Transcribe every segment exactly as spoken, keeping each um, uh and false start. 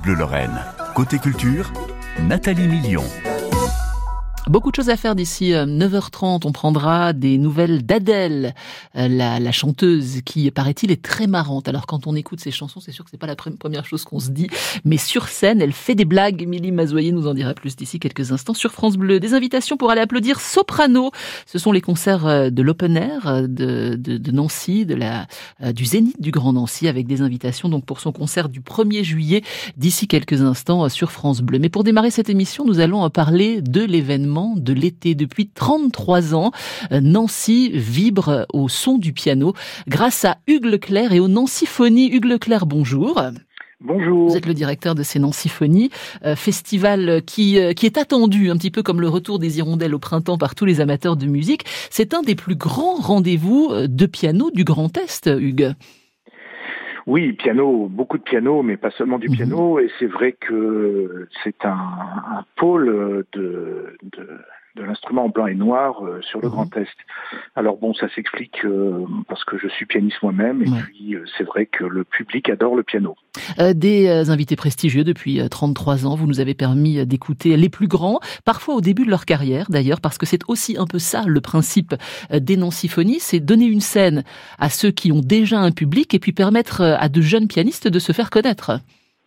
Bleu Lorraine. Côté culture, Nathalie Million. Beaucoup de choses à faire d'ici neuf heures trente. On prendra des nouvelles d'Adèle, la, la chanteuse qui, paraît-il, est très marrante. Alors, quand on écoute ses chansons, c'est sûr que c'est pas la première chose qu'on se dit. Mais sur scène, elle fait des blagues. Émilie Mazoyer nous en dira plus d'ici quelques instants sur France Bleu. Des invitations pour aller applaudir Soprano. Ce sont les concerts de l'Open Air de, de, de Nancy, de la, du Zénith du Grand Nancy, avec des invitations donc pour son concert du premier juillet d'ici quelques instants sur France Bleu. Mais pour démarrer cette émission, nous allons parler de l'événement de l'été. Depuis trente-trois ans, Nancy vibre au son du piano grâce à Hugues Leclerc et aux Nancyphonies. Hugues Leclerc, bonjour. Bonjour. Vous êtes le directeur de ces Nancyphonies, euh, festival qui, euh, qui est attendu, un petit peu comme le retour des hirondelles au printemps par tous les amateurs de musique. C'est un des plus grands rendez-vous de piano du Grand Est, Hugues. Oui, piano, beaucoup de piano, mais pas seulement du mmh. piano. Et c'est vrai que c'est un, un pôle de, de, de l'instrument en blanc et noir euh, sur le mmh. Grand Est. Alors bon, ça s'explique euh, parce que je suis pianiste moi-même. Et ouais. puis, euh, c'est vrai que le public adore le piano. Euh, des euh, invités prestigieux depuis euh, trente-trois ans. Vous nous avez permis d'écouter les plus grands, parfois au début de leur carrière d'ailleurs, parce que c'est aussi un peu ça le principe euh, des Nancyphonies, c'est donner une scène à ceux qui ont déjà un public et puis permettre euh, à de jeunes pianistes de se faire connaître.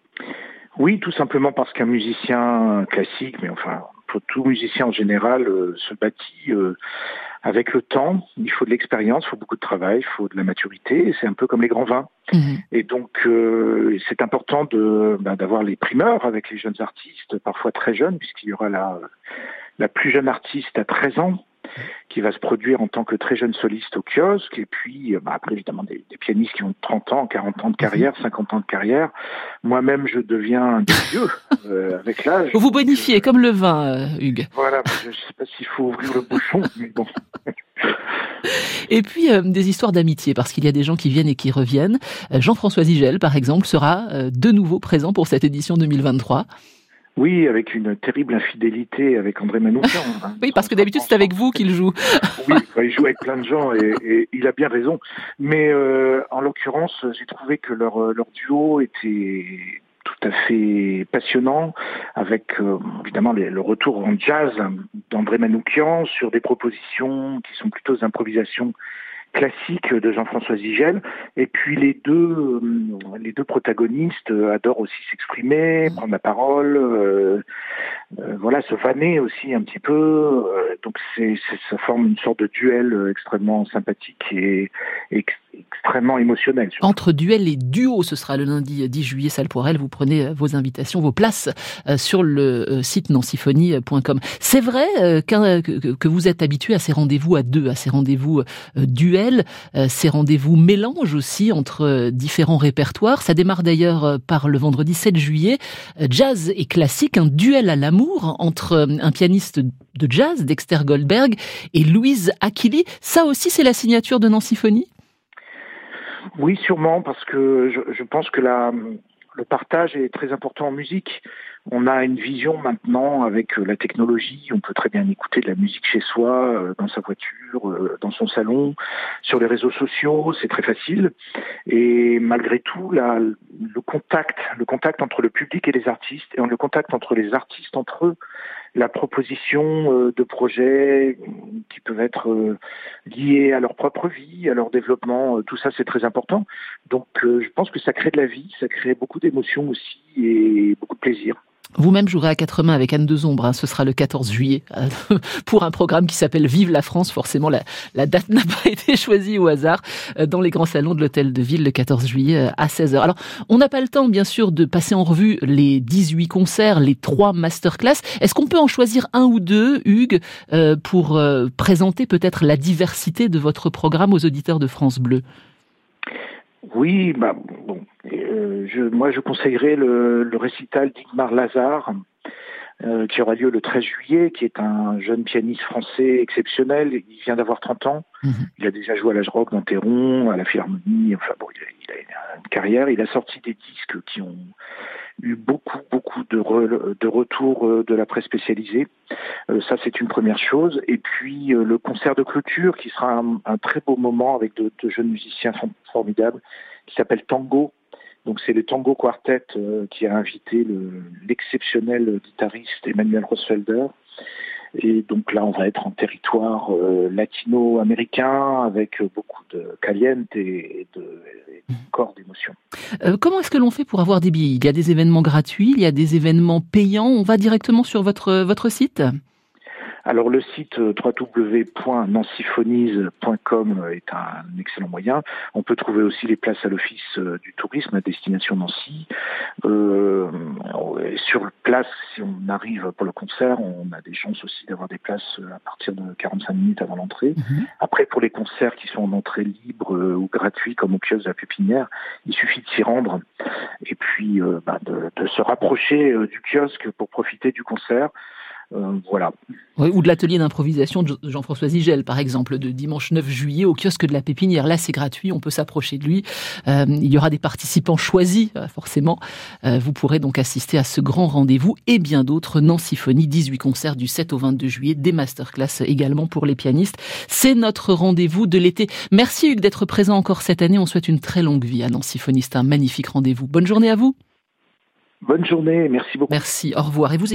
Oui, tout simplement parce qu'un musicien classique, mais enfin pour tout musicien en général, euh, se bâtit euh, avec le temps. Il faut de l'expérience, il faut beaucoup de travail, il faut de la maturité. C'est un peu comme les grands vins. Mmh. Et donc, euh, c'est important de, ben, d'avoir les primeurs avec les jeunes artistes, parfois très jeunes, puisqu'il y aura la, la plus jeune artiste à treize ans, qui va se produire en tant que très jeune soliste au kiosque, et puis bah, après évidemment des, des pianistes qui ont trente ans, quarante ans de carrière, cinquante ans de carrière. Moi-même, je deviens un vieux euh, avec l'âge. Vous vous bonifiez euh, comme le vin, euh, Hugues. Voilà, je ne sais pas s'il faut ouvrir le bouchon, mais bon. Et puis euh, des histoires d'amitié, parce qu'il y a des gens qui viennent et qui reviennent. Euh, Jean-François Zigel, par exemple, sera euh, de nouveau présent pour cette édition deux mille vingt-trois. Oui, avec une terrible infidélité avec André Manoukian. Hein. Oui, parce que d'habitude, c'est avec vous qu'il joue. Oui, il joue avec plein de gens et, et il a bien raison. Mais euh, en l'occurrence, j'ai trouvé que leur, leur duo était tout à fait passionnant, avec euh, évidemment les, le retour en jazz d'André Manoukian sur des propositions qui sont plutôt des improvisations classique de Jean-François Zigel, et puis les deux euh, les deux protagonistes euh, adorent aussi s'exprimer, prendre la parole, euh, euh, voilà, se vanner aussi un petit peu, euh, donc c'est, c'est ça forme une sorte de duel euh, extrêmement sympathique et, et ex, extrêmement émotionnel. Surtout. Entre duel et duo, ce sera le lundi dix juillet, salle Poirel. Vous prenez vos invitations, vos places euh, sur le euh, site nancyphonie point com. C'est vrai euh, que, que vous êtes habitué à ces rendez-vous à deux, à ces rendez-vous euh, duel. Euh, ces rendez-vous mélangent aussi entre euh, différents répertoires. Ça démarre d'ailleurs euh, par le vendredi sept juillet. Euh, jazz et classique, un duel à l'amour entre euh, un pianiste de jazz, Dexter Goldberg, et Louise Achille. Ça aussi, c'est la signature de Nancyphonie ? Oui, sûrement, parce que je, je pense que la, le partage est très important en musique. On a une vision maintenant avec la technologie, on peut très bien écouter de la musique chez soi, dans sa voiture, dans son salon, sur les réseaux sociaux, c'est très facile. Et malgré tout, la, le contact, le contact entre le public et les artistes, et le contact entre les artistes entre eux, la proposition de projets qui peuvent être liés à leur propre vie, à leur développement, tout ça c'est très important. Donc je pense que ça crée de la vie, ça crée beaucoup d'émotions aussi et beaucoup de plaisir. Vous-même jouerez à quatre mains avec Anne Dezombres, hein, ce sera le quatorze juillet, euh, pour un programme qui s'appelle Vive la France. Forcément, la, la date n'a pas été choisie au hasard, euh, dans les grands salons de l'Hôtel de Ville le quatorze juillet euh, à seize heures. Alors, on n'a pas le temps, bien sûr, de passer en revue les dix-huit concerts, les trois masterclass. Est-ce qu'on peut en choisir un ou deux, Hugues, euh, pour euh, présenter peut-être la diversité de votre programme aux auditeurs de France Bleu ? Oui, bah, bon, euh, je, moi je conseillerais le, le récital d'Igmar Lazare, euh, qui aura lieu le treize juillet, qui est un jeune pianiste français exceptionnel. Il vient d'avoir trente ans. Mmh. Il a déjà joué à l'Âge Rock dans Théron, à la Philharmonie. Enfin bon, il a, il a une carrière. Il a sorti des disques qui ont eu beaucoup, beaucoup de, re, de retours de la presse spécialisée. Euh, ça, c'est une première chose. Et puis, euh, le concert de clôture, qui sera un, un très beau moment avec de, de jeunes musiciens formidables, qui s'appelle Tango, Donc c'est le Tango Quartet euh, qui a invité le, l'exceptionnel guitariste Emmanuel Rosfelder. Et donc là, on va être en territoire euh, latino-américain avec beaucoup de caliente et, et de et de corps d'émotion. Euh, comment est-ce que l'on fait pour avoir des billets ? Il y a des événements gratuits, il y a des événements payants. On va directement sur votre, votre site ? Alors le site w w w point nancy phonies point com est un excellent moyen. On peut trouver aussi les places à l'Office du tourisme à destination Nancy. Euh, sur place, si on arrive pour le concert, on a des chances aussi d'avoir des places à partir de quarante-cinq minutes avant l'entrée. Mmh. Après, pour les concerts qui sont en entrée libre euh, ou gratuits, comme au kiosque de la Pépinière, il suffit de s'y rendre et puis euh, bah, de, de se rapprocher euh, du kiosque pour profiter du concert. Euh, voilà. Oui, ou de l'atelier d'improvisation de Jean-François Zigel, par exemple, de dimanche neuf juillet au kiosque de la Pépinière. Là, c'est gratuit, on peut s'approcher de lui. Euh, il y aura des participants choisis, forcément. Euh, vous pourrez donc assister à ce grand rendez-vous et bien d'autres. Nancyphonie, dix-huit concerts du sept au vingt-deux juillet, des masterclass également pour les pianistes. C'est notre rendez-vous de l'été. Merci Hugues d'être présent encore cette année. On souhaite une très longue vie à Nancyphonie. C'est un magnifique rendez-vous. Bonne journée à vous. Bonne journée, merci beaucoup. Merci, au revoir. Et vous